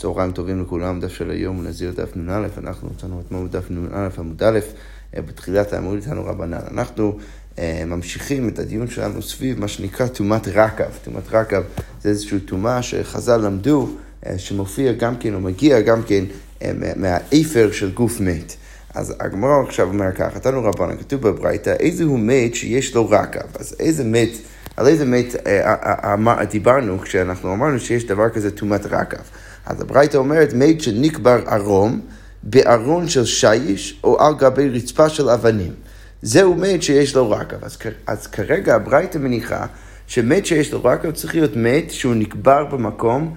צהריים טובים לכולם, דף של היום נזיר דף נ"א, אנחנו נוצאנו אתמול דף נ"א עמוד א', בתחילת העמוד איתנו רבנן. אנחנו ממשיכים את הדיון שלנו סביב מה שנקרא תומת רקב. תומת רקב זה איזושהי תומה שחז"ל למדו, שמופיע גם כן או מגיע גם כן מהאפר של גוף מת. אז הגמרא עכשיו אומר ככה, תנו רבנן, כתוב בברייתא, איזה הוא מת שיש לו רקב? אז על איזה מת דיברנו כשאנחנו אמרנו שיש דבר כזה תומת רקב? אז הברייתא אומרת, מת שנקבר ערום בארון של שיש או על גבי רצפה של אבנים. זהו מת שיש לו רקב. אז כרגע הברייתא מניחה שמת שיש לו רקב צריך להיות מת שהוא נקבר במקום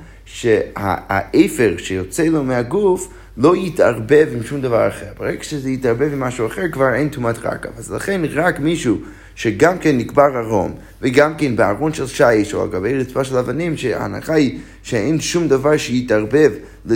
שהאפר שיוצא לו מהגוף לא יתערבב עם שום דבר אחר. ברגע שזה יתערבב עם משהו אחר כבר אין תומת רקב. אז לכן רק מישהו שגם כן נקבר ערום, וגם כן בארון של שיש או על גבי רצפה של אבנים, שההנחה היא שאין שום דבר שיתערבב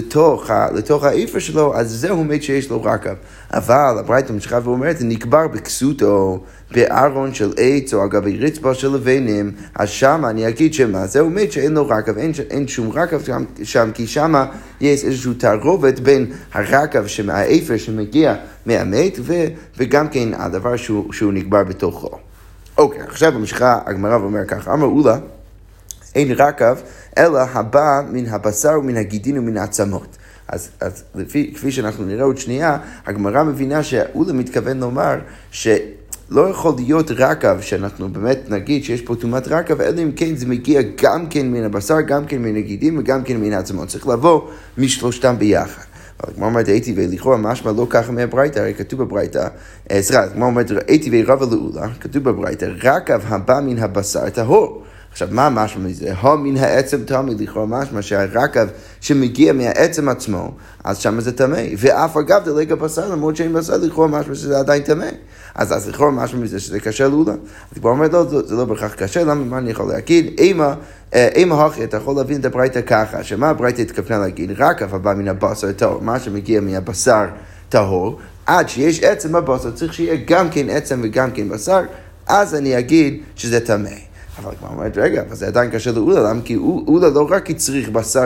לתוך האפר שלו, אז זהו מת שיש לו רקב. אבל הברייתא ממשיכה ואומרת, נקבר בכסותו, בארון של עץ או על גבי רצפה של אבנים, אז שמה אני אגיד שמה, זהו מת שאין לו רקב, אין שום רקב שם, כי שמה יש איזושהי תערובת בין הרקב, האפר שמגיע מהמת, וגם כן הדבר שהוא נקבר בתוכו. אוקיי, עכשיו ממשיכה הגמרא ואומר ככה, אמר אולה, אין רקב, אלא הבא מן הבשר ומן הגידין ומן העצמות. אז כפי שאנחנו נראה עוד שנייה, הגמרא מבינה שאולה מתכוון לומר שלא יכול להיות רקב, שאנחנו באמת נגיד שיש פה תומת רקב, אלא אם כן זה מגיע גם כן מן הבשר, גם כן מן הגידין וגם כן מן העצמות. צריך לבוא משלושתם ביחד. כמו אומרת, ראיתי ולכאורה משמע לא ככה מהברייתא, הרי כתוב בברייתא, כמו אומרת, ראיתי ורבה לאולה, כתוב בברייתא, רקב הבא מן הבשר טהור. עכשיו, מה משמע מזה? מן העצם תמיד, לכאורה משמע שהרקב שמגיע מהעצם עצמו, אז שם זה טמא. ואף אגב דלג הבשר, למרות שאין בשר, לכאורה משמע שזה עדיין טמא. אז לכאורה משמע מזה שזה קשה לאולה. אז כבר אומרת, לא, זה לא בכך קשה, למה מה אני יכול להגיד? אימא הכי, אתה יכול להבין את הברייתא ככה, שמה הברייתא התכוונה להגיד? רקב הבא מן הבשר טהור, מה שמגיע מהבשר טהור, עד שיש עצם בבשר, צריך שיהיה גם כן עצם וגם כן בשר, אז אני אגיד שזה טמא. אבל כמו אומרת, רגע, אבל זה עדיין קשה לאולה, למה? כי אולה לא רק צריך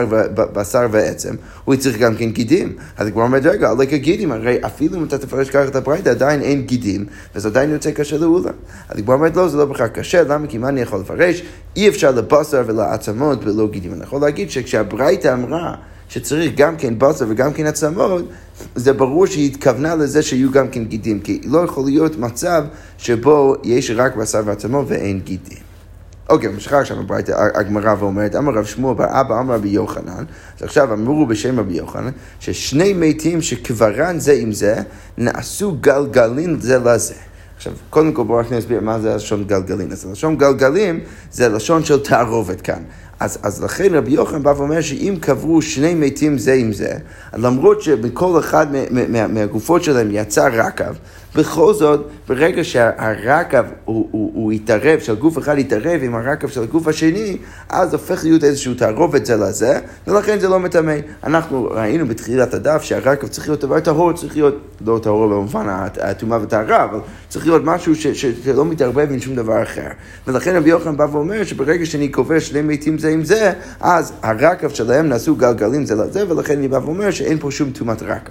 בשר ועצם, הוא צריך גם כן גידים. אז כמו אומרת, רגע, עלי כגידים, הרי אפילו אם אתה תפרש ככה את הברייתא, עדיין אין גידים, וזה עדיין יוצא קשה לאולה. אז כמו אומרת, לא, זה לא בכלל קשה, למה? כי מה אני יכול לפרש? אי אפשר לבשר ולעצמות ולא גידים. אני יכול להגיד שכשהברייתא אמרה שצריך גם כן בשר וגם כן עצמות, זה ברור שהיא התכוונה לזה שיהיו גם כן גידים, כי לא יכול להיות מצב שבו יש רק בשר ועצמות ואין גידים. אוקיי, משחק עכשיו הגמרא ואומרת, אמר רב שמואל בר אבא אמר רבי יוחנן, אז עכשיו אמרו בשם רבי יוחנן, ששני מתים שקברן זה עם זה, נעשו גלגלין זה לזה. עכשיו, קודם כל בואו נסביר מה זה לשון גלגלין. אז לשון גלגלים זה לשון של תערובת כאן. אז לכן רבי יוחנן בא ואומר שאם קברו שני מתים זה עם זה, למרות שבכל אחד מהגופות שלהם יצא רקב, בכל זאת, ברגע שהרקב הוא יתערב, שהגוף אחד יתערב עם הרקב של הגוף השני, אז הופך להיות איזשהו תערובת זה לזה, ולכן זה לא מטמא. אנחנו ראינו בתחילת הדף שהרקב צריך להיות דבר טהור, צריך להיות, לא טהור במובן הטומאה וטהרה, אבל צריך להיות משהו שלא מתערבב עם שום דבר אחר. ולכן רבי יוחנן בא ואומר שברגע שאני קובע שני מתים זה עם זה, אז הרקב שלהם נעשו גלגלים זה לזה, ולכן אני בא ואומר שאין פה שום תומת רקב.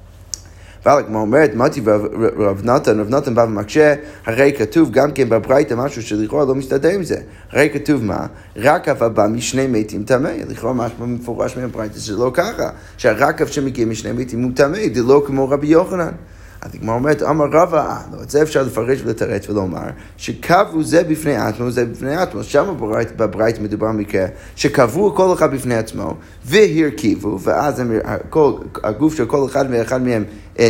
אבל כמו אומרת, מתי רב נתן בא ומקשה, הרי כתוב גם כן בברייתא משהו שלכאורה לא מסתדר עם זה. הרי כתוב מה? רקב הבא משני מתים טמא. לכאורה משהו מפורש מהברייתא זה לא ככה, שהרקב שמגיע משני מתים הוא טמא, זה לא כמו רבי יוחנן. אז כמו אומרת, אמר רבא, את זה אפשר לפרש ולתרץ ולומר, שקבו זה בפני עצמו, זה בפני עצמו. שם בברייתא מדובר מקרה, שקבו כל אחד בפני עצמו, והרכיבו, ואז הגוף של כל אחד ואחד מהם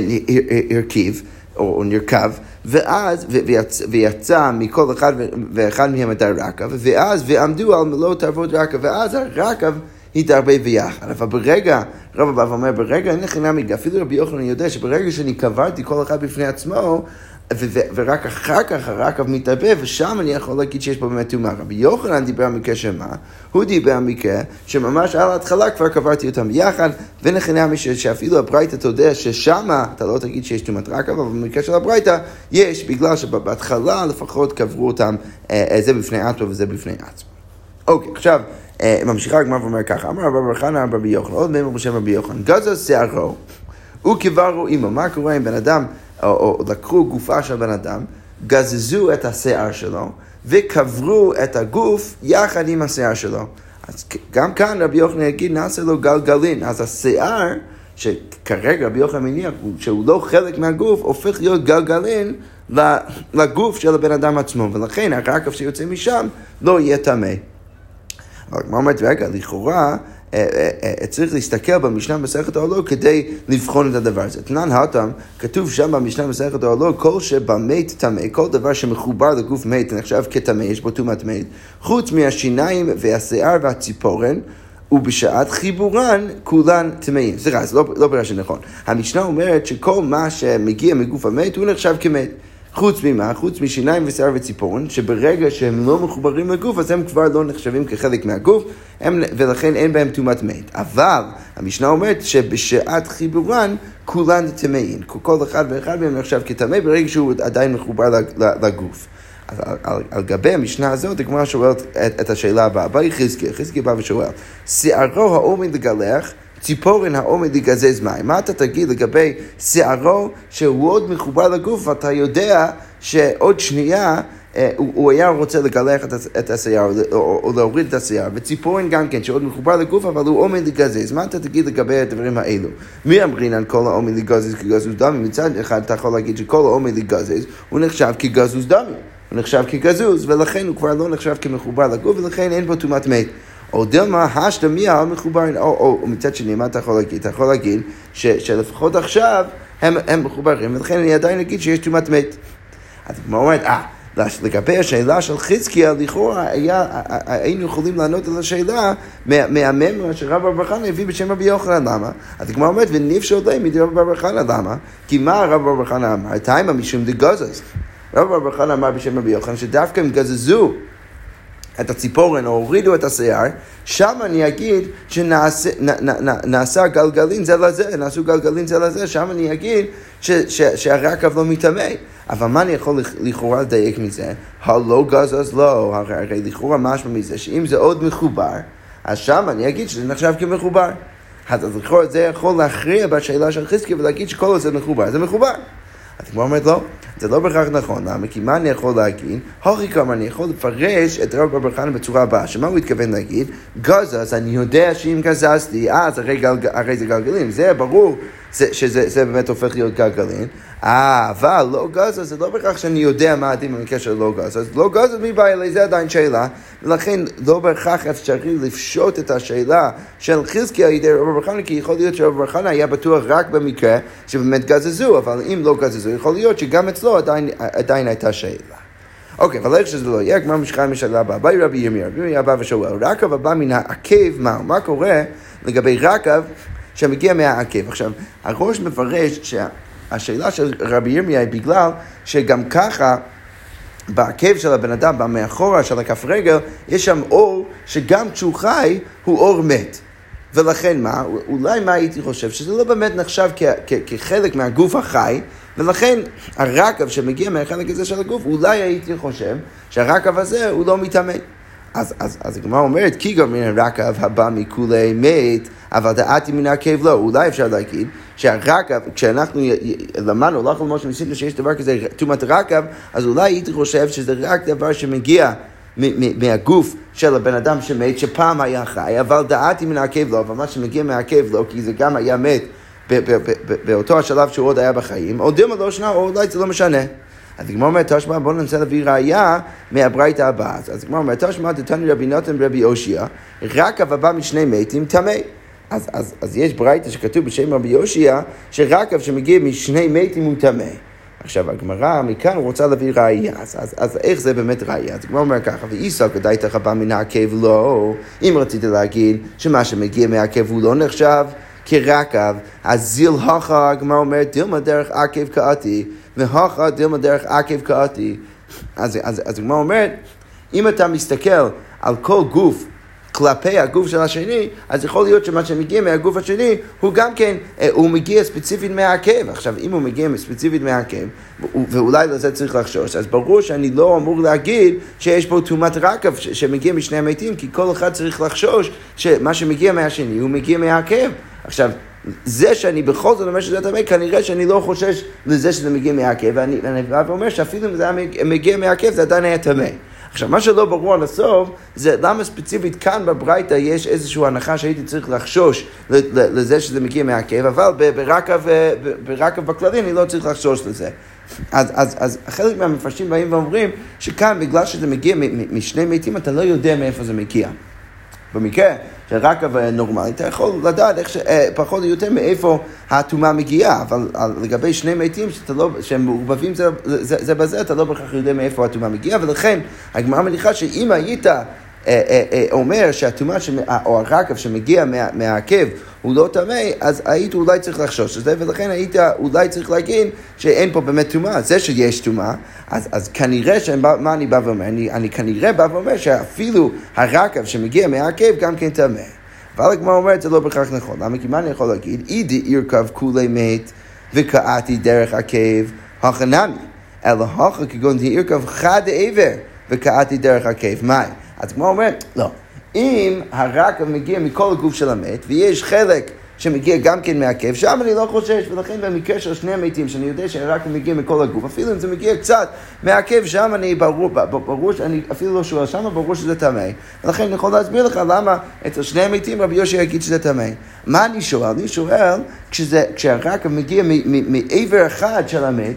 הרכיב, או נרכב, ואז, ויצא מכל אחד ואחד מהם את הרקב, ואז, ועמדו על מלוא תערובת רקב, ואז הרקב התערבב ביחד. אבל ברגע, רב הבא אומר, ברגע אין לכם נמי, אפילו רבי יוחנן יודע שברגע שאני קברתי כל אחד בפני עצמו, ורק אחר כך הרקב מתערבב, ושם אני יכול להגיד שיש פה באמת תומה. רבי יוחנן דיבר במקרה שמה? הוא דיבר במקרה שממש על ההתחלה כבר קברתי אותם ביחד, ולכן נמי שאפילו הברייתא תודה ששמה, אתה לא תגיד שיש תומת רקב, אבל במקרה של הברייתא יש, בגלל שבהתחלה לפחות קברו אותם זה בפני עצמו וזה בפני עצמו. אוקיי, עכשיו, ממשיכה הגמרא ואומר ככה, אמר רבי חנא רבי יוחנן, עוד מימר בשם רבי יוחנן, גזז שערו, וקברו עמו. מה קורה אם בן אדם, או לקחו גופה של בן אדם, גזזו את השיער שלו, וקברו את הגוף יחד עם השיער שלו. אז גם כאן רבי יוחנן יגיד, נעשה לו גלגלין. אז השיער, שכרגע רבי יוחנן מניח שהוא לא חלק מהגוף, הופך להיות גלגלין לגוף של הבן אדם עצמו, ולכן הרקב שיוצא משם לא יהיה טמא. אבל כמו אומרת, רגע, לכאורה, צריך להסתכל במשנה מסכת העולו כדי לבחון את הדבר הזה. תנן התם, כתוב שם במשנה מסכת העולו, כל שבמת טמא, כל דבר שמחובר לגוף מת נחשב כטמא, יש בו טומאת מת, חוץ מהשיניים והשיער והציפורן, ובשעת חיבורן כולן טמאים. סליחה, זה לא ברור שנכון. המשנה אומרת שכל מה שמגיע מגוף המת הוא נחשב כמת. חוץ ממה? חוץ משיניים ושיער וציפורן, שברגע שהם לא מחוברים לגוף, אז הם כבר לא נחשבים כחלק מהגוף, ולכן אין בהם טומאת מת. אבל המשנה אומרת שבשעת חיבורן כולן טמאים. כל אחד ואחד מהם נחשב כטמא ברגע שהוא עדיין מחובר לגוף. אז על גבי המשנה הזאת, הגמרא שואלת את השאלה הבאה. בא חזקיה בא ושואל, שערו העומד לגלח, ציפורן העומד לגזז מים. מה אתה תגיד לגבי שערו שהוא עוד מחובר לגוף, ואתה יודע שעוד שנייה הוא היה רוצה לגלח את השיער, או להוריד את השיער, וציפורן גם כן שעוד מחובר לגוף, אבל הוא עומד לגזז. מה אתה תגיד לגבי הדברים האלו? מי אמרינן כל העומד לגזז כגזוז דמי? מצד אחד אתה יכול להגיד שכל העומד לגזז הוא נחשב כגזוז דמי. הוא נחשב כגזוז, ולכן הוא כבר לא נחשב כמחובר לגוף, ולכן אין בו טומאת מת. או דלמה, השתמיה המחוברים, או מצד שני, מה אתה יכול להגיד? אתה יכול להגיד שלפחות עכשיו הם מחוברים, ולכן אני עדיין אגיד שיש טומאת מת. אז כמו אומרת, לגבי השאלה של חזקיה, לכאורה היינו יכולים לענות על השאלה מהממרה שרב בר חנא הביא בשם רבי יוחנן. למה? אז כמו אומרת, ונפשו די מדי רב בר חנא. למה? כי מה רב בר חנא אמר? תימא משום דגזז. רב בר חנא אמר בשם רבי יוחנן שדווקא הם גזזו את הציפורן או הורידו את השיער, שם אני אגיד שנעשה גלגלין זה לזה, נעשו גלגלין זה לזה, שם אני אגיד שהרקב לא מתאמה. אבל מה אני יכול לכאורה לדייק מזה? הלא גזז לא, הרי לכאורה משמע מזה שאם זה עוד מחובר, אז שם אני אגיד שזה נחשב כמחובר. אז לכאורה זה יכול להכריע בשאלה של חזקיה ולהגיד שכל זה מחובר, זה מחובר. אז כמו אומרת לא, זה לא בכך נכון. למה? כי מה אני יכול להגיד? הוכי כמה אני יכול לפרש את רב בר חנא בצורה הבאה. שמה הוא התכוון להגיד? גזז, אני יודע שאם גזזתי, אז הרי זה גלגלים. זה ברור שזה באמת הופך להיות גלגלים. אבל לא גזז, זה לא בכך שאני יודע מה הדין בקשר ללא גזז. לא גזז מבעיה אלי, זה עדיין שאלה. ולכן לא בכך אפשרי לפשוט את השאלה של חזקיה על ידי רב בר חנא, כי יכול להיות שרב בר חנא היה בטוח רק במקרה שבאמת גזזו, אבל אם לא גזזו, יכול להיות שגם אצלו עדיין הייתה שאלה. אוקיי, אבל איך שזה לא יהיה, כמו משחרר משאלה הבאה, באי רבי ירמיה בא ושואל, רקב הבא מן העקב, מה קורה לגבי רקב שמגיע מהעקב? עכשיו, הראש מפרש שהשאלה של רבי ירמיה היא בגלל שגם ככה, בעקב של הבן אדם, במאחורה של הכף רגל, יש שם אור שגם כשהוא חי הוא אור מת. ולכן מה? אולי מה הייתי חושב? שזה לא באמת נחשב כחלק מהגוף החי, ולכן הרקב שמגיע מהחלק הזה של הגוף, אולי הייתי חושב שהרקב הזה הוא לא מתאמה. אז הגמרא אומרת, כי גם מן הרקב הבא מכולי מת, אבל דעתי מן העקב לא. אולי אפשר להגיד שהרקב, כשאנחנו למדנו, לא יכול למשהו מסיתנו שיש דבר כזה, טומאת רקב, אז אולי הייתי חושב שזה רק דבר שמגיע מהגוף של הבן אדם שמת, שפעם היה חי, אבל דעתי מן העקב לא, אבל מה שמגיע מהעקב לא, כי זה גם היה מת באותו השלב שהוא עוד היה בחיים, או דילמה לא שנה, או אולי זה לא משנה. אז הגמרא אומרת, תשמע, בואו ננסה להביא ראיה מהברייתא הבאה. אז הגמרא אומרת, תשמע, דתני רבי נתן ורבי הושע, רקב הבא משני מתים טמא. אז יש ברייתא שכתוב בשם רבי הושע, שרקב שמגיע משני מתים הוא טמא. עכשיו, הגמרא מכאן רוצה להביא ראיה, אז איך זה באמת ראיה? אז הגמרא אומר ככה, ואיסא כדאיתך הבא מן העקב לא, אם רציתי להגיד שמה שמגיע מהעקב הוא לא נחשב כרקב, אז זיל הכה, הגמרא אומרת, דילמה דרך עקב קאתי, והכה דילמה דרך עקב קאתי. אז הגמרא אומרת, אם אתה מסתכל על כל גוף כלפי הגוף של השני, אז יכול להיות שמה שמגיע מהגוף השני, הוא גם כן, הוא מגיע ספציפית מהעקב. עכשיו, אם הוא מגיע ספציפית מהעקב, ואולי לזה צריך לחשוש, אז ברור שאני לא אמור להגיד שיש פה תאומת רקב שמגיע משני המתים, כי כל אחד צריך לחשוש שמה שמגיע מהשני, הוא מגיע מהעקב. עכשיו, זה שאני בכל זאת אומר שזה טמא, כנראה שאני לא חושש לזה שזה מגיע מהעקב, ואני בא ואומר שאפילו אם זה מגיע מהעקב, זה עדיין היה טמא. עכשיו, מה שלא ברור עד הסוף, זה למה ספציפית כאן בברייתא יש איזושהי הנחה שהייתי צריך לחשוש לזה שזה מגיע מהעקב, אבל ברקב בכללי אני לא צריך לחשוש לזה. אז חלק מהמפרשים באים ואומרים שכאן, בגלל שזה מגיע משני מתים, אתה לא יודע מאיפה זה מגיע. במקרה של רקב נורמלי, אתה יכול לדעת פחות או יותר מאיפה הטומאה מגיעה, אבל לגבי שני מתים שהם מעורבבים זה בזה, אתה לא בכך יודע מאיפה הטומאה מגיעה, ולכן הגמרא מניחה שאם היית אומר שהטומאה או הרקב שמגיע מהעקב הוא לא טמא, אז היית אולי צריך לחשוש לזה, ולכן היית אולי צריך להגיד שאין פה באמת טומאה. זה שיש טומאה, אז כנראה מה אני בא ואומר? אני כנראה בא ואומר שאפילו הרקב שמגיע מהעקב גם כן טמא. אבל הגמרא אומרת זה לא בכך נכון. למה? כי מה אני יכול להגיד? אידי ירכב כולי מת וקעתי דרך עקב הכנמי, אלא הכא כגון ירכב חד עבר וקעתי דרך עקב. מה? אז כמו אומרת, לא. אם הרקב מגיע מכל הגוף של המת, ויש חלק שמגיע גם כן מהעקב, שם אני לא חושש, ולכן במקרה של שני המתים, שאני יודע שהרקב מגיע מכל הגוף, אפילו אם זה מגיע קצת מהעקב, שם אני ברור שאני אפילו לא שואל, שם ברור שזה טמא, ולכן אני יכול להסביר לך למה אצל שני המתים רבי יושע יגיד שזה טמא. מה אני שואל? אני שואל, כשהרקב מגיע מעבר אחד של המת,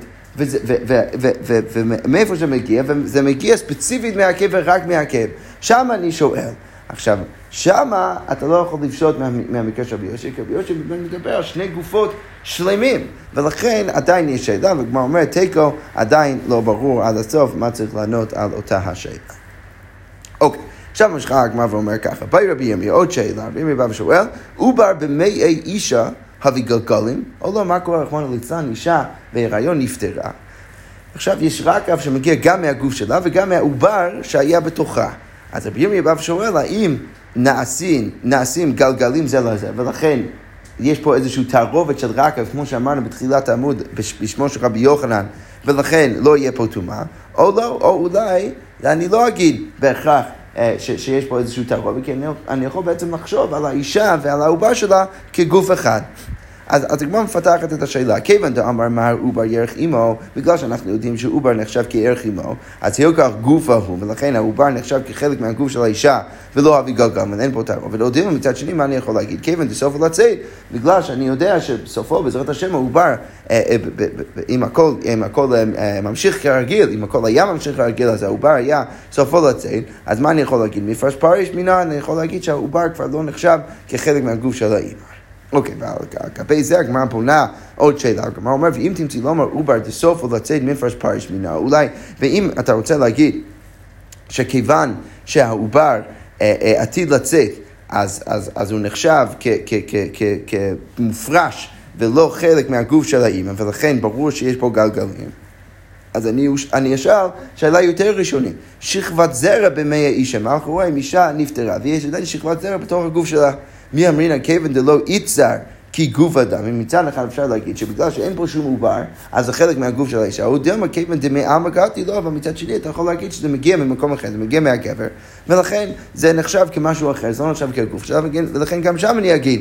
ומאיפה זה מגיע, וזה מגיע ספציפית מהעקב ורק מהעקב. שם אני שואל. עכשיו, שם אתה לא יכול לפשוט מהמקרה של רבי יושע, כי רבי יושע מדבר על שני גופות שלמים, ולכן עדיין יש שאלה, וכמו אומר תיקו, עדיין לא ברור עד הסוף מה צריך לענות על אותה השאלה. אוקיי. עכשיו משכה הגמרא ואומר ככה, באי רבי ירמיה, עוד שאלה, רבי ירמיה בא ושואל, עובר במאי אישה הביא גלגלים, או לא, מה קורה רחמנא ליצלן, אישה בהיריון נפטרה. עכשיו יש רקב שמגיע גם מהגוף שלה וגם מהעובר שהיה בתוכה. אז רבי ירמיה בא ושואל, האם נעשים גלגלים זה לזה, ולכן יש פה איזושהי תערובת של רקב, כמו שאמרנו בתחילת העמוד, בשמו של רבי יוחנן, ולכן לא יהיה פה טומאה, או לא, או אולי, אני לא אגיד בהכרח, שיש פה איזשהו תערובת, כי אני יכול בעצם לחשוב על האישה ועל העובר שלה כגוף אחד. אז הגמרא מפתחת את השאלה, כיוון דאמר מה עובר ירך אמו, בגלל שאנחנו יודעים שעובר נחשב כערך אמו, אז יוקח גופה הוא, ולכן העובר נחשב כחלק מהגוף של האישה, ולא הביא גלגל, אין פה תערובת. ולעודים מצד שני, מה אני יכול להגיד? כיוון דסופו לצאת, בגלל שאני יודע שבסופו, בעזרת השם, העובר, אם הכל ממשיך כרגיל, אם הכל היה ממשיך כרגיל, אז העובר היה סופו לצאת, אז מה אני יכול להגיד? מפרש פרש מינה, אני יכול להגיד שהעובר כבר לא נחשב כחלק מהגוף של האמא. אוקיי, וכלפי זה הגמרא פונה עוד שאלה, הגמרא אומר, ואם תמצאי לומר עובר דסופו לצאת מפרש פרש מינה, אולי, ואם אתה רוצה להגיד שכיוון שהעובר עתיד לצאת, אז הוא נחשב כמופרש ולא חלק מהגוף של האמא, ולכן ברור שיש פה גלגלים. אז אני אשאל שאלה יותר ראשונית, שכבת זרע במאי האישה, מה אנחנו רואים? אישה נפטרה, ויש עדיין שכבת זרע בתוך הגוף שלה. מי אמרינן כיוון דלא יצר כי גוף אדם, מצד אחד אפשר להגיד שבגלל שאין פה שום עובר, אז זה חלק מהגוף של האישה, הוא דלמה כיוון דמי קראתי לא, אבל מצד שני אתה יכול להגיד שזה מגיע ממקום אחר, זה מגיע מהגבר, ולכן זה נחשב כמשהו אחר, זה לא נחשב כגוף שלה, ולכן גם שם אני אגיד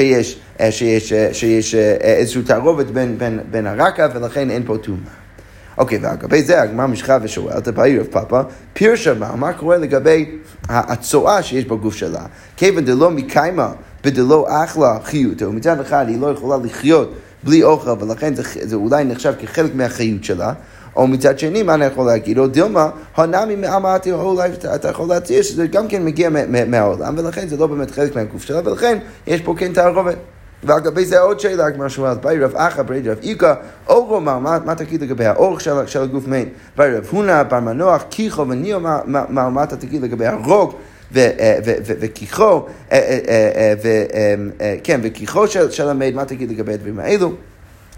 שיש איזשהו תערובת בין הרקע, ולכן אין פה טומאה. אוקיי, והגבי זה הגמרא משכה ושואלת, באי רב פאפא, פירשה מה קורה לגבי הצואה שיש בגוף שלה? כיוון דלא מקיימה בדלא אכלה חיותו, מצד אחד היא לא יכולה לחיות בלי אוכל, ולכן זה אולי נחשב כחלק מהחיות שלה, או מצד שני, מה אני יכול להגיד? או דילמה, הנמי מאמרתי, או אולי אתה יכול להציע שזה גם כן מגיע מהעולם, ולכן זה לא באמת חלק מהגוף שלה, ולכן יש פה כן תערובת. ואגבי זה עוד שאלה, כמו שאומרת, באי רב אחא, באי רב איקא, אור אומר, מה תגיד לגבי האור של הגוף מן? באי רב הונא, בר מנוח, כיחו וניאו, מה אתה תגיד לגבי הרוג וכיחו, כן, וכיחו של המת, מה תגיד לגבי הדברים האלו?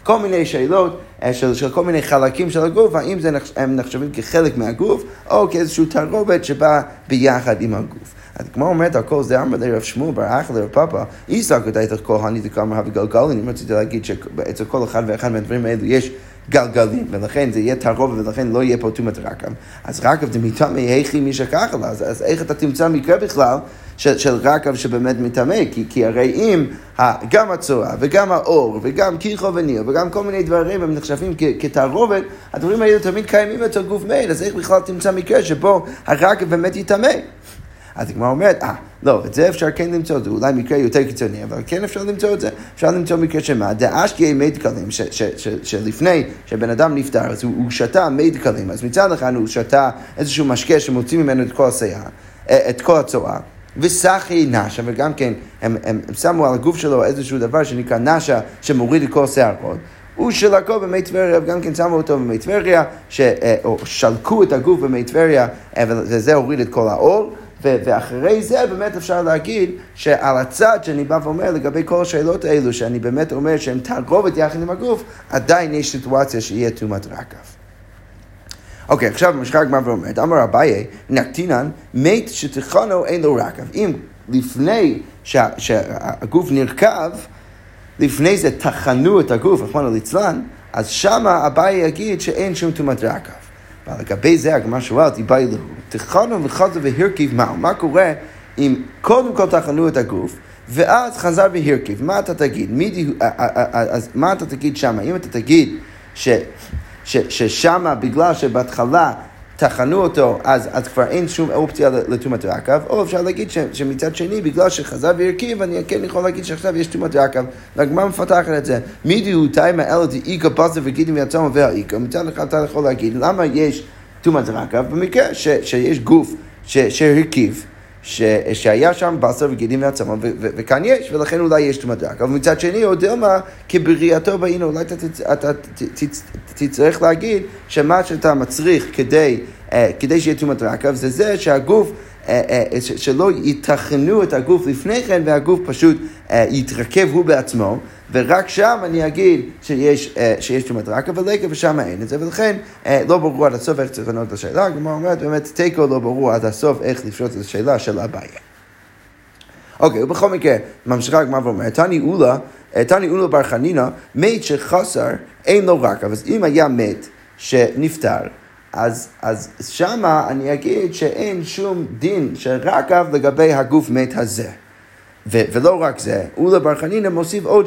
כל מיני שאלות של כל מיני חלקים של הגוף, האם הם נחשבים כחלק מהגוף, או כאיזשהו תערובת שבא ביחד עם הגוף. אז כמו אומרת, הכל זה אמר לרב שמואל בר אחא לרב פאפא, איסק את כל הניתוק אמר וגלגלין, אם רציתי להגיד שאצל כל אחד ואחד מהדברים האלו יש גלגלים, ולכן זה יהיה תערובת, ולכן לא יהיה פה טומאת רקב. אז רקב דמיטמא היכי מי שככה לה, אז איך אתה תמצא מקרה בכלל של רקב שבאמת מטמא? כי הרי אם גם הצואה וגם האור וגם קיחו וניר וגם כל מיני דברים הם נחשבים כתערובת, הדברים האלו תמיד קיימים אצל גוף מת, אז איך בכלל תמצא מקרה שבו הרקב באמת יטמא? אז הגמרא אומרת, לא, את זה אפשר כן למצוא, זה אולי מקרה יותר קיצוני, אבל כן אפשר למצוא את זה. אפשר למצוא מקרה שמה, דאשתיה מי דקלים, שלפני שבן אדם נפטר, אז הוא שתה מי דקלים, אז מצד אחד הוא שתה איזשהו משקה שמוציא ממנו את כל השיער, את כל הצואה, וסחי נשה, וגם כן הם שמו על הגוף שלו איזשהו דבר שנקרא נשה, שמוריד את כל השערות. הוא שלקו במי טבריה, וגם כן שמו אותו במי טבריה, או שלקו את הגוף במי טבריה, וזה הוריד את כל האור. ואחרי זה באמת אפשר להגיד שעל הצד שאני בא ואומר לגבי כל השאלות האלו, שאני באמת אומר שהן תערובת יחד עם הגוף, עדיין יש סיטואציה שיהיה טומאת רקב. אוקיי, עכשיו ממשיכה הגמרא ואומרת, אמר אביי, נקטינן, מת שטחנו אין לו רקב. אם לפני שהגוף נרכב, לפני זה טחנו את הגוף, רחמנא ליצלן, אז שמה אביי יגיד שאין שום טומאת רקב. אבל לגבי זה הגמרא שואלת, איבאי לו, טחנו וחזר והרכיב מהו? מה קורה אם קודם כל טחנו את הגוף, ואז חזר והרכיב? מה אתה תגיד? אז מה אתה תגיד שמה? אם אתה תגיד ששמה בגלל שבהתחלה טחנו אותו, אז כבר אין שום אופציה לטומאת רקב, או אפשר להגיד שמצד שני, בגלל שחזר והרכיב, אני כן יכול להגיד שעכשיו יש טומאת רקב. והגמרא מפתחת את זה. מידי הוא תאימה אלא דאיכא בשר וגידים ויצום והאיכא. מצד אחד אתה יכול להגיד, למה יש טומאת רקב? במקרה שיש גוף שהרכיב, שהיה שם בשר וגידים ועצמות, וכאן יש, ולכן אולי יש טומאת רקב. ומצד שני, עוד דילמה, כבריאתו באינו, אולי אתה תצטרך להגיד שמה שאתה מצריך כדי שיהיה טומאת רקב, זה שהגוף, שלא יתכנו את הגוף לפני כן, והגוף פשוט יתרכב הוא בעצמו, ורק שם אני אגיד שיש טומאת רקב ולקב, ושם אין את זה, ולכן לא ברור עד הסוף איך צריך לענות את השאלה. כמו אומרת, באמת תיקו לא ברור עד הסוף איך לפשוט את השאלה של אביי. אוקיי, ובכל מקרה, ממשיכה הגמרא ואומרת, תני אולה בר חנינא, מת שחסר אין לו רקב. אז אם היה מת שנפטר, אז שמה אני אגיד שאין שום דין של רקב לגבי הגוף מת הזה. ולא רק זה, אולה בר חנינא מוסיף עוד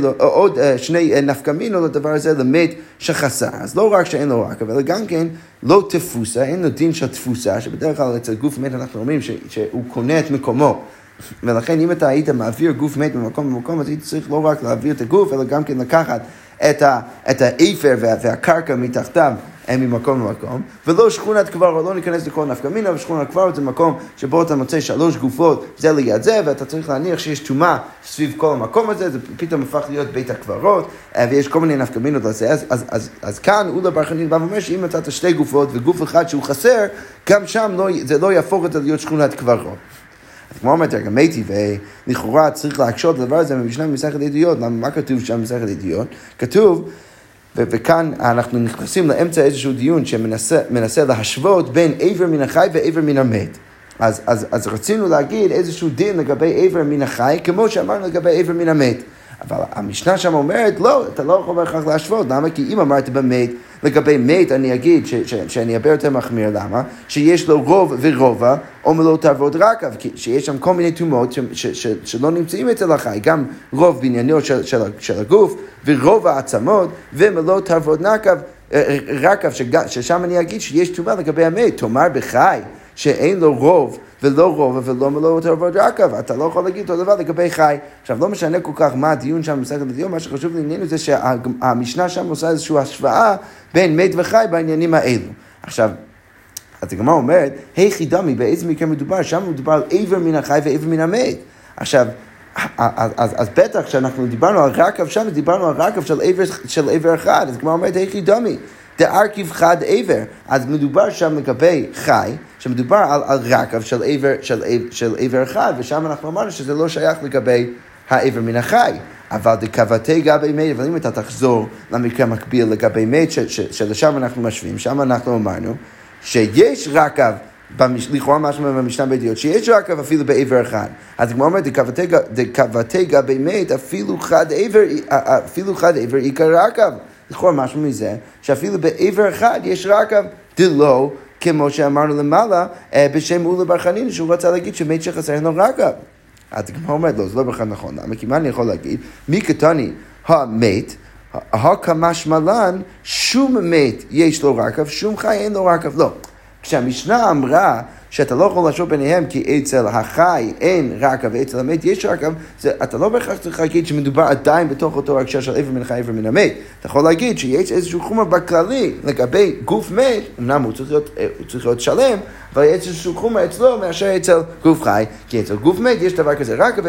שני נפקמינו לדבר הזה, למת שחסר. אז לא רק שאין לו רקב, אלא גם כן לא תפוסה, אין לו דין של תפוסה, שבדרך כלל אצל גוף מת אנחנו אומרים שהוא קונה את מקומו. ולכן אם אתה היית מעביר גוף מת ממקום למקום, אז היית צריך לא רק להעביר את הגוף, אלא גם כן לקחת את האפר והקרקע מתחתיו ממקום למקום, ולא שכונת קברות, לא ניכנס לכל נפקא מינה, ושכונת קברות זה מקום שבו אתה מוצא 3 גופות, זה ליד זה, ואתה צריך להניח שיש טומאה סביב כל המקום הזה, זה פתאום הפך להיות בית הקברות, ויש כל מיני נפקא מינות לזה, אז כאן אולה בר חנינא בא ואומר שאם מצאת 2 גופות וגוף אחד שהוא חסר, גם שם זה לא יהפוך את זה להיות שכונת קברות. אז כמו אומרת, גם מתי, ולכאורה צריך להקשות לדבר הזה ממשנה במסכת ידיעות. מה כתוב שם במסכת ידיעות? כתוב, וכאן אנחנו נכנסים לאמצע איזשהו דיון שמנסה להשוות בין עבר מן החי ועבר מן המת. אז רצינו להגיד איזשהו דין לגבי עבר מן החי, כמו שאמרנו לגבי עבר מן המת. אבל המשנה שם אומרת, לא, אתה לא יכול בהכרח להשוות. למה? כי אם אמרת במת, לגבי מת אני אגיד שאני אבר יותר מחמיר. למה? שיש לו רוב ורובע, או מלא תעבוד רקב, שיש שם כל מיני טומאות שלא נמצאים אצל החי, גם רוב בעניינו של הגוף, ורוב העצמות, ומלא תעבוד רקב, ששם אני אגיד שיש טומאה לגבי המת. תאמר בחי, שאין לו רוב, ולא רוב, ולא מלא תעבוד רקב. אתה לא יכול להגיד אותו דבר לגבי חי. עכשיו, לא משנה כל כך מה הדיון שם במסכת ידיעות, מה שחשוב לענייננו זה שהמשנה שם עושה איזושהי השוואה בין מת וחי בעניינים האלו. עכשיו, אז הגמרא אומרת, היכי דמי, באיזה מקרה מדובר? שם מדובר על עבר מן החי ועבר מן המת. עכשיו, אז בטח כשאנחנו דיברנו על רקב שם, דיברנו על רקב של עבר אחד. אז הגמרא אומרת, היכי דמי. דארכיב חד עבר. אז מדובר שם לגבי חי, שמדובר על רקב של עבר אחד, ושם אנחנו אמרנו שזה לא שייך לגבי העבר מן החי. אבל דקבתי גבי מת, אבל אם אתה תחזור למקרה מקביל לגבי מת, שלשם אנחנו משווים, שם אנחנו אמרנו, שיש רקב, לכאורה משמע במשנה בידיעות, שיש רקב אפילו בעבר אחד. אז כמו אומרת, דקבתי גבי מת, אפילו חד עבר עיקר רקב. לכאורה משמע מזה, שאפילו בעבר אחד יש רקב, דלא, כמו שאמרנו למעלה, בשם אולה בר חנין, שהוא רצה להגיד שמת שחסר לו רקב. אז כמו אומרת, לא, זה לא בכלל נכון. למה? כי מה אני יכול להגיד? מי קטני המת, כמשמע לן, שום מת יש לו רקב, שום חי אין לו רקב. לא. כשהמשנה אמרה שאתה לא יכול להשוות ביניהם כי אצל החי אין רקב ואצל המת יש רקב, אתה לא בהכרח צריך להגיד שמדובר עדיין בתוך אותו הקשר של עבר מן החי עבר מן המת. אתה יכול להגיד שיש איזשהו חומר בכללי לגבי גוף מת, אמנם הוא צריך להיות שלם, אבל יש איזשהו חומר אצלו מאשר אצל גוף חי, כי אצל גוף מת יש דבר כזה רקב,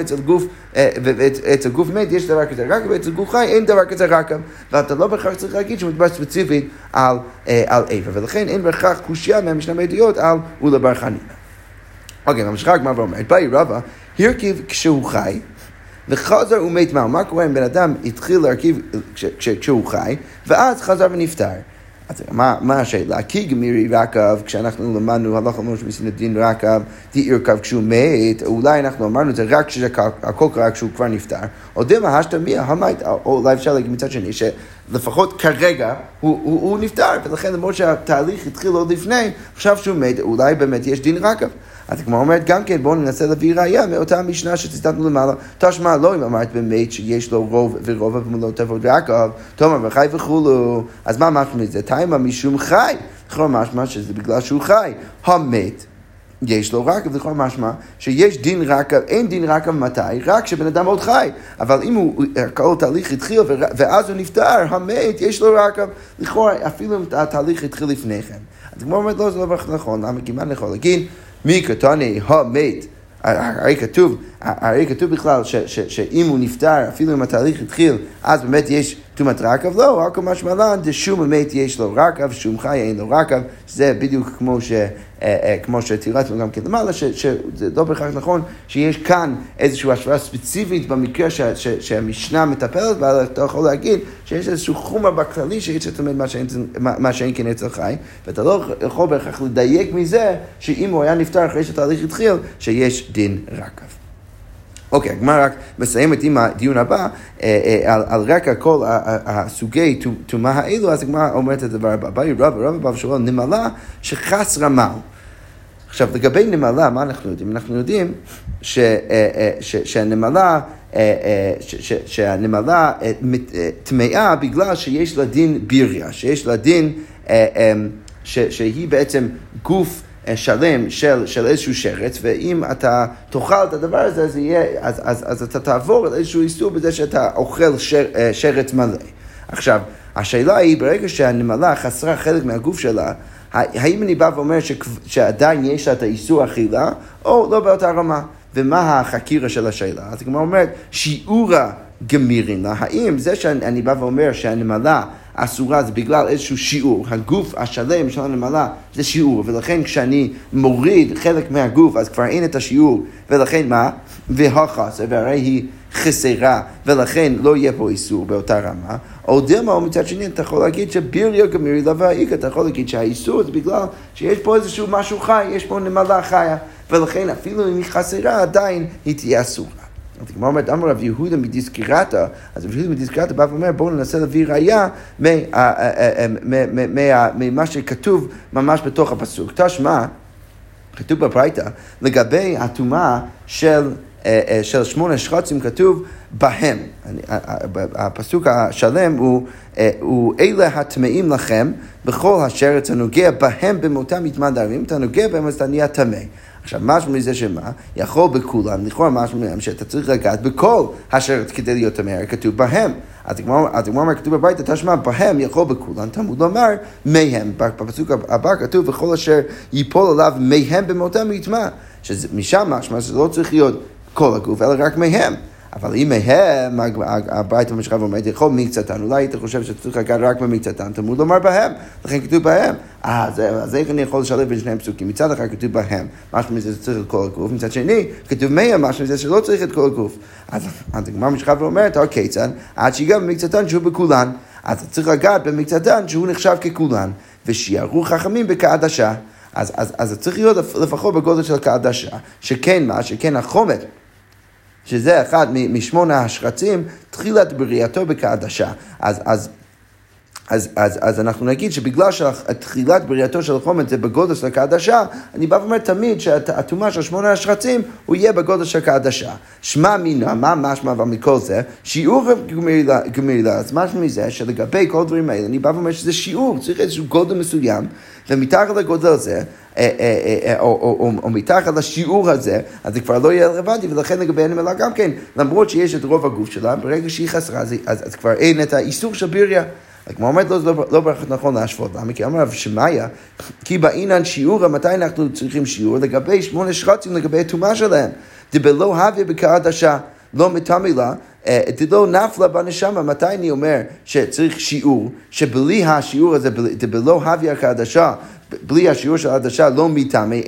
ואצל גוף מת יש דבר כזה רקב, ואצל גוף חי אין דבר כזה רקב, ואתה לא בהכרח צריך להגיד שמדובר ספציפית על עבר, ולכן אין בהכרח קושיה מהמשנה בידיעות על אולה בר חנינא. אוקיי, ממשיכה הגמרא ואומרת, באי רבא, הרכיב כשהוא חי, וחזר ומת מהו. מה קורה אם בן אדם התחיל להרכיב כשהוא חי, ואז חזר ונפטר? אז מה השאלה? כי גמירי רקב, כשאנחנו למדנו הלכה למדנו שמסין דין רקב, ירכב כשהוא מת, אולי אנחנו אמרנו את זה רק שהכל קרה כשהוא כבר נפטר, או דמה השתמיה, או אולי אפשר להגיד מצד שני, שלפחות כרגע הוא נפטר, ולכן למרות שהתהליך התחיל עוד לפני, עכשיו שהוא מת, אולי באמת יש דין רקב. אז כמו אומרת גם כן, בואו ננסה להביא ראיה מאותה משנה שציטטנו למעלה. תשמע לא אם אמרת באמת שיש לו רוב ורוב במלוא תבוד רקב, תאמר וחי וכולו, אז מה משמע מזה? תאמר משום חי, לכאורה משמע שזה בגלל שהוא חי. המת, יש לו רקב, לכאורה משמע שיש דין רקב, אין דין רקב מתי? רק שבן אדם עוד חי. אבל אם כל תהליך התחיל ואז הוא נפטר, המת, יש לו רקב, לכאורה אפילו אם התהליך התחיל לפני כן. אז כמו אומרת לא, זה לא נכון, למה כמעט יכול להגיד, מי קטני המת, הרי כתוב בכלל שאם הוא נפטר, אפילו אם התהליך התחיל, אז באמת יש תומת רקב, לא, רק משמע לן, שום מת יש לו רקב, שום חי אין לו רקב, זה בדיוק כמו שתירצנו גם כן למעלה, שזה לא בהכרח נכון, שיש כאן איזושהי השוואה ספציפית במקרה שהמשנה מטפלת, ואתה יכול להגיד שיש איזשהו חומר בכללי שיש לתלמד מה שאין כן אצל חי, ואתה לא יכול בהכרח לדייק מזה, שאם הוא היה נפטר אחרי שהתהליך התחיל, שיש דין רקב. אוקיי, הגמרא רק מסיימת עם הדיון הבא, על רקע כל הסוגי תומה האלו, אז הגמרא אומרת את הדבר הבא, באי רבא שואל, נמלה שחסרה מהו. עכשיו, לגבי נמלה, מה אנחנו יודעים? אנחנו יודעים שהנמלה טמאה בגלל שיש לה דין ביריה, שיש לה דין שהיא בעצם גוף שלם של איזשהו שרץ, ואם אתה תאכל את הדבר הזה, אז אתה תעבור על איזשהו איסור בזה שאתה אוכל שרץ מלא. עכשיו, השאלה היא, ברגע שהנמלה חסרה חלק מהגוף שלה, האם אני בא ואומר שעדיין יש לה את האיסור אכילה, או לא באותה רמה? ומה החקירה של השאלה? אז כמו אומרת, שיעורה גמירין לה, האם זה שאני בא ואומר שהנמלה אסורה זה בגלל איזשהו שיעור, הגוף השלם של הנמלה זה שיעור, ולכן כשאני מוריד חלק מהגוף אז כבר אין את השיעור, ולכן מה? והחסר, והרי היא חסרה, ולכן לא יהיה פה איסור באותה רמה. או דילמה, או מצד שני, אתה יכול להגיד שביריה גמירי לה והאיכה, אתה יכול להגיד שהאיסור זה בגלל שיש פה איזשהו משהו חי, יש פה נמלה חיה, ולכן אפילו אם היא חסרה עדיין היא תהיה אסורה. אז כמו אומרת, אמר רב יהודה מדיסקרטה, אז רב יהודה מדיסקרטה בא ואומר, בואו ננסה להביא ראיה ממה שכתוב ממש בתוך הפסוק. תשמע, כתוב בברייתא, לגבי הטומאה של 8 שחצים כתוב בהם. הפסוק השלם הוא אלה הטמאים לכם בכל השרץ הנוגע בהם במותם יתמדרים, אתה נוגע בהם אז אתה נהיה טמא. עכשיו, משהו מזה שמה? יכול בכולם, לכאורה משהו מהם שאתה צריך לגעת בכל השרץ כדי להיות טמא, כתוב בהם. אז כמו אומר, כתוב בברייתא, תשמע, בהם יכול בכולם, תלמוד לומר, מהם. בפסוק הבא כתוב, וכל אשר ייפול עליו מהם במותם יטמא. שמשם משמע שזה לא צריך להיות כל הגוף, אלא רק מהם. אבל אם מהם, הברייתא ממשיכה ואומרת, יכול מקצתן, אולי היית חושב שצריך לגעת רק במקצתן, תלמוד לומר בהם, לכן כתוב בהם. אז איך אני יכול לשלב בין שני פסוקים? מצד אחד כתוב בהם, משהו מזה שצריך את כל הגוף, מצד שני, כתוב מהם, משהו מזה שלא צריך את כל הגוף. אז הגמרא ממשיכה ואומרת, כיצד, עד שיגע במקצתן שהוא בכולן. אז צריך לגעת במקצתן שהוא נחשב ככולן, ושיערו חכמים בכעדשה. אז צריך להיות לפחות בגודל של כעדשה, שכן מה? שכן החומר, שזה אחד משמונה השרצים, תחילת בריאתו בכעדשה. אז אנחנו נגיד שבגלל שתחילת בריאתו של החומר זה בגודל של כעדשה, אני בא ואומר תמיד שהתאומה של 8 השרצים הוא יהיה בגודל של כעדשה. שמע מינה, מה משמע מכל זה? שיעור גמילה, אז משמע מזה שלגבי כל דברים האלה, אני בא ואומר שזה שיעור, צריך איזשהו גודל מסוים, ומתחת לגודל הזה, או מתחת לשיעור הזה, אז זה כבר לא יהיה רלוונטי, ולכן לגבי הנמלה גם כן, למרות שיש את רוב הגוף שלה, ברגע שהיא חסרה, אז כבר אין את האיסור של ביריה. כמו אומרת, לא ברכת נכון להשוות. למה? כי אמר רב שמעיה, כי בעינן שיעור, מתי אנחנו צריכים שיעור? לגבי 8 שרצים, לגבי התאומה שלהם. דבלא הוויה בכעדשה, לא מתמילה, דלא נפלה בנשמה. מתי אני אומר שצריך שיעור? שבלי השיעור הזה, דבלא הוויה כעדשה, בלי השיעור של העדשה לא מתמי,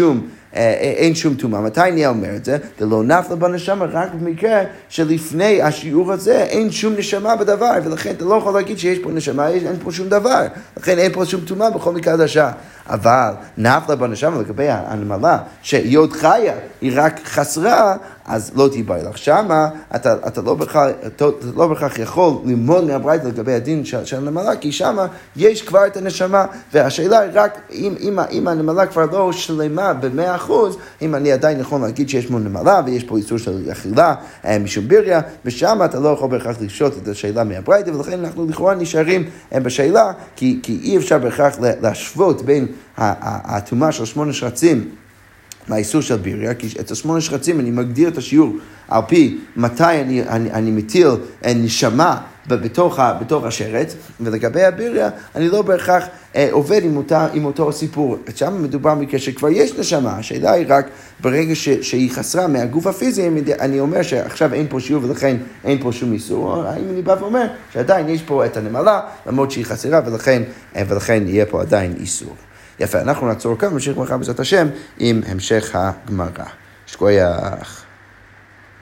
אין שום תומה. מתי אני אומר את זה? זה לא נפלה בנשמה, רק במקרה שלפני השיעור הזה אין שום נשמה בדבר, ולכן אתה לא יכול להגיד שיש פה נשמה, אין פה שום דבר, לכן אין פה שום תומה בכל מקרה עדשה. אבל נפלה בנשמה לגבי הנמלה, שיוד חיה היא רק חסרה, אז לא תיבאי לך שמה, אתה לא בכך יכול ללמוד מהברייתא לגבי הדין של הנמלה, כי שמה יש כבר את הנשמה, והשאלה היא רק אם הנמלה כבר לא שלמה ב100%, אם אני עדיין יכול להגיד שיש פה נמלה, ויש פה איסור של אכילה משום ביריה, ושמה אתה לא יכול בכך לשאול את השאלה מהברייתא, ולכן אנחנו לכאורה נשארים בשאלה, כי אי אפשר בכך להשוות בין התאומה של 8 שרצים, מהאיסור של ביריה, כי את 8 שרצים אני מגדיר את השיעור על פי מתי אני מטיל נשמה בתוך השרת, ולגבי הביריה אני לא בהכרח עובד עם אותו סיפור. שם מדובר מכך שכבר יש נשמה, השאלה היא רק ברגע שהיא חסרה מהגוף הפיזי, אני אומר שעכשיו אין פה שיעור ולכן אין פה שום איסור, האם אני בא ואומר שעדיין יש פה את הנמלה, למרות שהיא חסרה ולכן יהיה פה עדיין איסור. יפה, אנחנו נעצור כאן ונמשיך מחר בעזרת השם עם המשך הגמרא. שכוייח.